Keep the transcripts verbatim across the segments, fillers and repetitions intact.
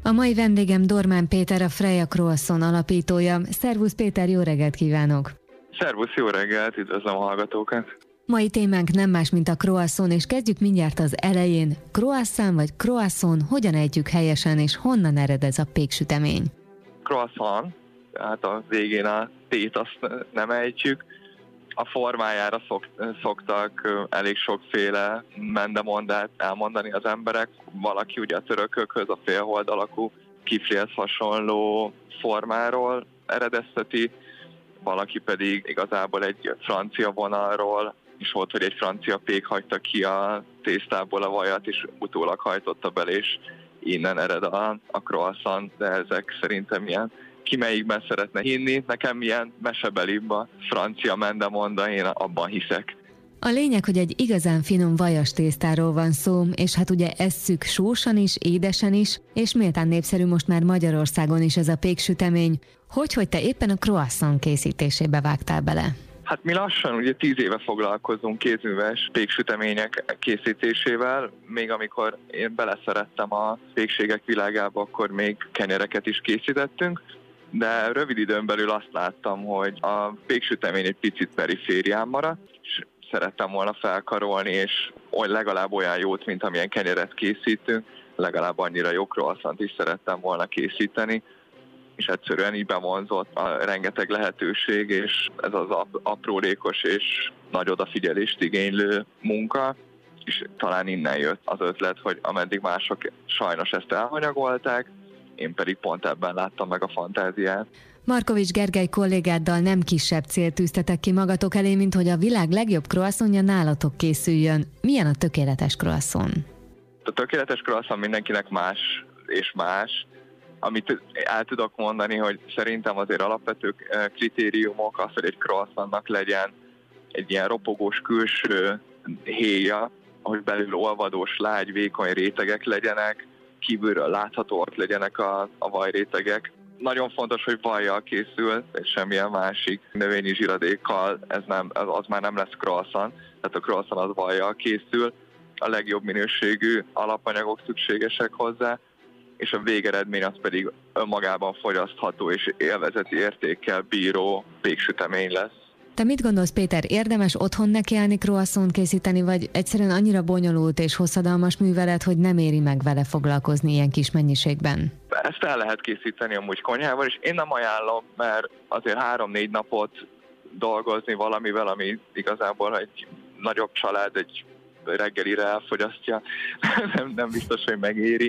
A mai vendégem Dormán Péter, a Freja Croissant alapítója. Szervusz Péter, jó reggelt kívánok! Szervusz, jó reggelt, üdvözlöm a hallgatókat! Mai témánk nem más, mint a croissant, és kezdjük mindjárt az elején. Croissant vagy croissant, hogyan ejtjük helyesen, és honnan ered ez a péksütemény? Croissant, hát a végén a tét azt nem ejtjük. A formájára szok, szoktak elég sokféle mendemondát elmondani az emberek. Valaki ugye a törökökhöz, a félhold alakú kiflihez hasonló formáról eredezteti, valaki pedig igazából egy francia vonalról, és volt, hogy egy francia pék hagyta ki a tésztából a vajat, és utólag hajtotta bele, és innen ered a, a croissant, de ezek szerintem ilyen ki melyikben szeretne hinni. Nekem ilyen mesebelibb a francia mendemonda, én abban hiszek. A lényeg, hogy egy igazán finom vajas tésztáról van szó, és hát ugye esszük sósan is, édesen is, és méltán népszerű most már Magyarországon is ez a péksütemény. Hogy, hogy te éppen a croissant készítésébe vágtál bele? Hát mi lassan, ugye tíz éve foglalkozunk kézműves péksütemények készítésével. Még amikor én beleszerettem a pékségek világába, akkor még kenyereket is készítettünk. De rövid időn belül azt láttam, hogy a péksütemény egy picit periférián maradt, és szerettem volna felkarolni, és legalább olyan jót, mint amilyen kenyeret készítünk, legalább annyira jó croissant is szerettem volna készíteni, és egyszerűen így bevonzott a rengeteg lehetőség, és ez az aprólékos és nagy odafigyelést igénylő munka, és talán innen jött az ötlet, hogy ameddig mások sajnos ezt elhanyagolták, én pedig pont ebben láttam meg a fantáziát. Markovics Gergely kollégáddal nem kisebb célt tűztetek ki magatok elé, mint hogy a világ legjobb croissantja nálatok készüljön. Milyen a tökéletes croissant? A tökéletes croissant mindenkinek más és más. Amit el tudok mondani, hogy szerintem azért alapvető kritériumok az, hogy egy croissantnak legyen egy ilyen ropogós külső héja, hogy belül olvadós, lágy, vékony rétegek legyenek, kívülről láthatóak legyenek a, a vajrétegek. Nagyon fontos, hogy vajjal készül, és semmilyen másik növényi zsiradékkal, ez nem, az már nem lesz croissant, tehát a croissant az vajjal készül, a legjobb minőségű alapanyagok szükségesek hozzá, és a végeredmény az pedig önmagában fogyasztható és élvezeti értékkel bíró péksütemény lesz. Te mit gondolsz, Péter, érdemes otthon nekiállni croissant készíteni, vagy egyszerűen annyira bonyolult és hosszadalmas művelet, hogy nem éri meg vele foglalkozni ilyen kis mennyiségben? Ezt el lehet készíteni amúgy konyhával, és én nem ajánlom, mert azért három-négy napot dolgozni valamivel, ami igazából egy nagyobb család egy reggelire elfogyasztja, nem, nem biztos, hogy megéri.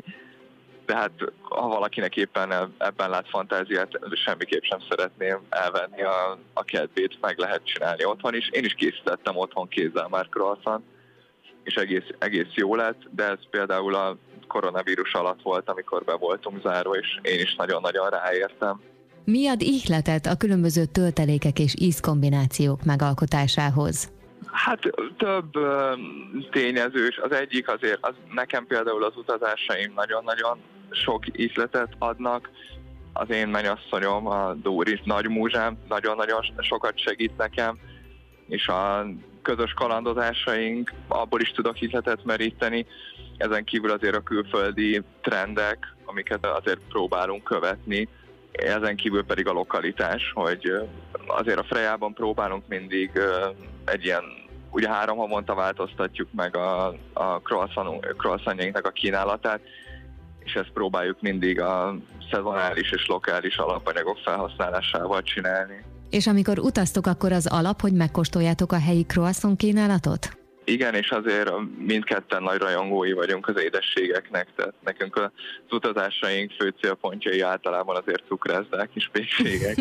De hát ha valakinek éppen ebben lát fantáziát, semmiképp sem szeretném elvenni a, a kedvét, meg lehet csinálni otthon is. Én is készítettem otthon kézzel már croissant, és egész, egész jó lett, de ez például a koronavírus alatt volt, amikor be voltunk zárva, és én is nagyon-nagyon ráértem. Mi ad ihletet a különböző töltelékek és ízkombinációk megalkotásához? Hát több uh, tényezős. Az egyik azért, az nekem például az utazásaim nagyon-nagyon sok ihletet adnak. Az én mennyasszonyom, a Dóris nagymúzsám nagyon-nagyon sokat segít nekem, és a közös kalandozásaink, abból is tudok ihletet meríteni. Ezen kívül azért a külföldi trendek, amiket azért próbálunk követni, ezen kívül pedig a lokalitás, hogy azért a Frejában próbálunk mindig egy ilyen, ugye három havonta változtatjuk meg a, a croissantjainknak a kínálatát, és ezt próbáljuk mindig a szezonális és lokális alapanyagok felhasználásával csinálni. És amikor utaztok, akkor az alap, hogy megkóstoljátok a helyi croissant kínálatot? Igen, és azért mindketten nagy rajongói vagyunk az édességeknek, tehát nekünk az utazásaink fő célpontjai általában azért cukrászdák és pékségek.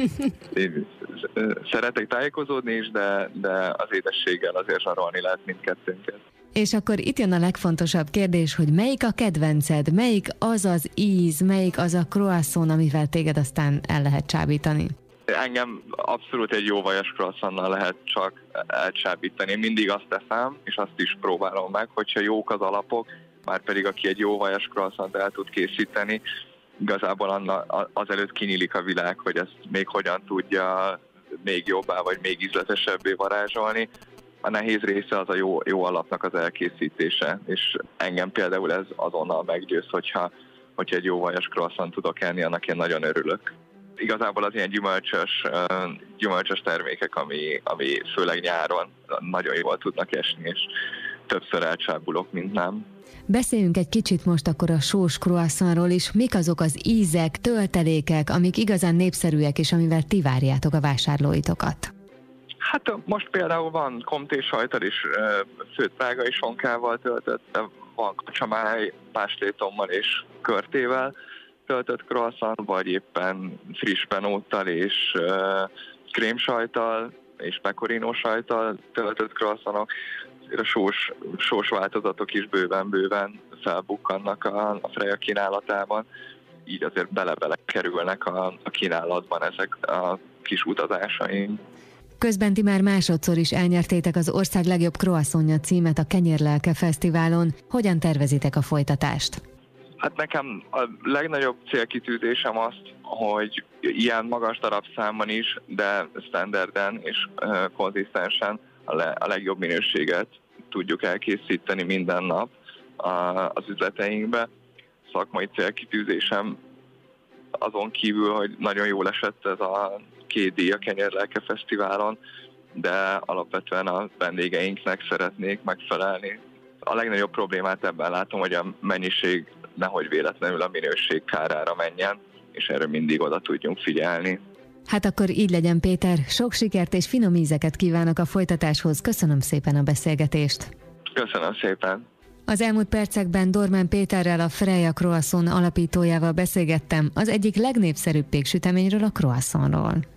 Szeretek tájékozódni is, de, de az édességgel azért zsarolni lehet mindkettőnket. És akkor itt jön a legfontosabb kérdés, hogy melyik a kedvenced, melyik az az íz, melyik az a croissant, amivel téged aztán el lehet csábítani? Engem abszolút egy jó vajas croissantnal lehet csak elcsábítani. Én mindig azt teszem, és azt is próbálom meg, hogyha jók az alapok, már pedig aki egy jó vajas croissant el tud készíteni, igazából anna, azelőtt kinyílik a világ, hogy ezt még hogyan tudja még jobbá, vagy még ízletesebbé varázsolni. A nehéz része az a jó, jó alapnak az elkészítése, és engem például ez azonnal meggyőz, hogyha hogyha egy jó vajas croissant tudok enni, annak én nagyon örülök. Igazából az ilyen gyümölcsös, gyümölcsös termékek, ami, ami főleg nyáron nagyon jól tudnak esni, és többször elcsábulok, mint nem. Beszéljünk egy kicsit most akkor a sós croissantról is. Mik azok az ízek, töltelékek, amik igazán népszerűek, és amivel ti várjátok a vásárlóitokat? Hát most például van komté-sajttal is, főtt prágai sonkával töltött, van kacsamáj, pástétommal és körtével töltött croissant, vagy éppen friss penóttal és uh, krémsajttal és pecorino sajttal töltött croissantok. A sós, sós változatok is bőven-bőven felbukkannak a, a Freja kínálatában, így azért bele-bele kerülnek a, a kínálatban ezek a kis utazásaink. Közben ti már másodszor is elnyertétek az ország legjobb croissantja címet a Kenyérlelke Fesztiválon. Hogyan tervezitek a folytatást? Hát nekem a legnagyobb célkitűzésem az, hogy ilyen magas darabszámban is, de standarden és uh, konzisztensen a, le, a legjobb minőséget tudjuk elkészíteni minden nap a, az üzleteinkbe. Szakmai célkitűzésem azon kívül, hogy nagyon jól esett ez a két díj a Kenyérlelke Fesztiválon, de alapvetően a vendégeinknek szeretnék megfelelni. A legnagyobb problémát ebben látom, hogy a mennyiség nehogy véletlenül a minőség kárára menjen, és erre mindig oda tudjunk figyelni. Hát akkor így legyen, Péter. Sok sikert és finom ízeket kívánok a folytatáshoz. Köszönöm szépen a beszélgetést. Köszönöm szépen. Az elmúlt percekben Dormán Péterrel, a Freja Croissant alapítójával beszélgettem az egyik legnépszerűbb péksüteményről, a croissantról.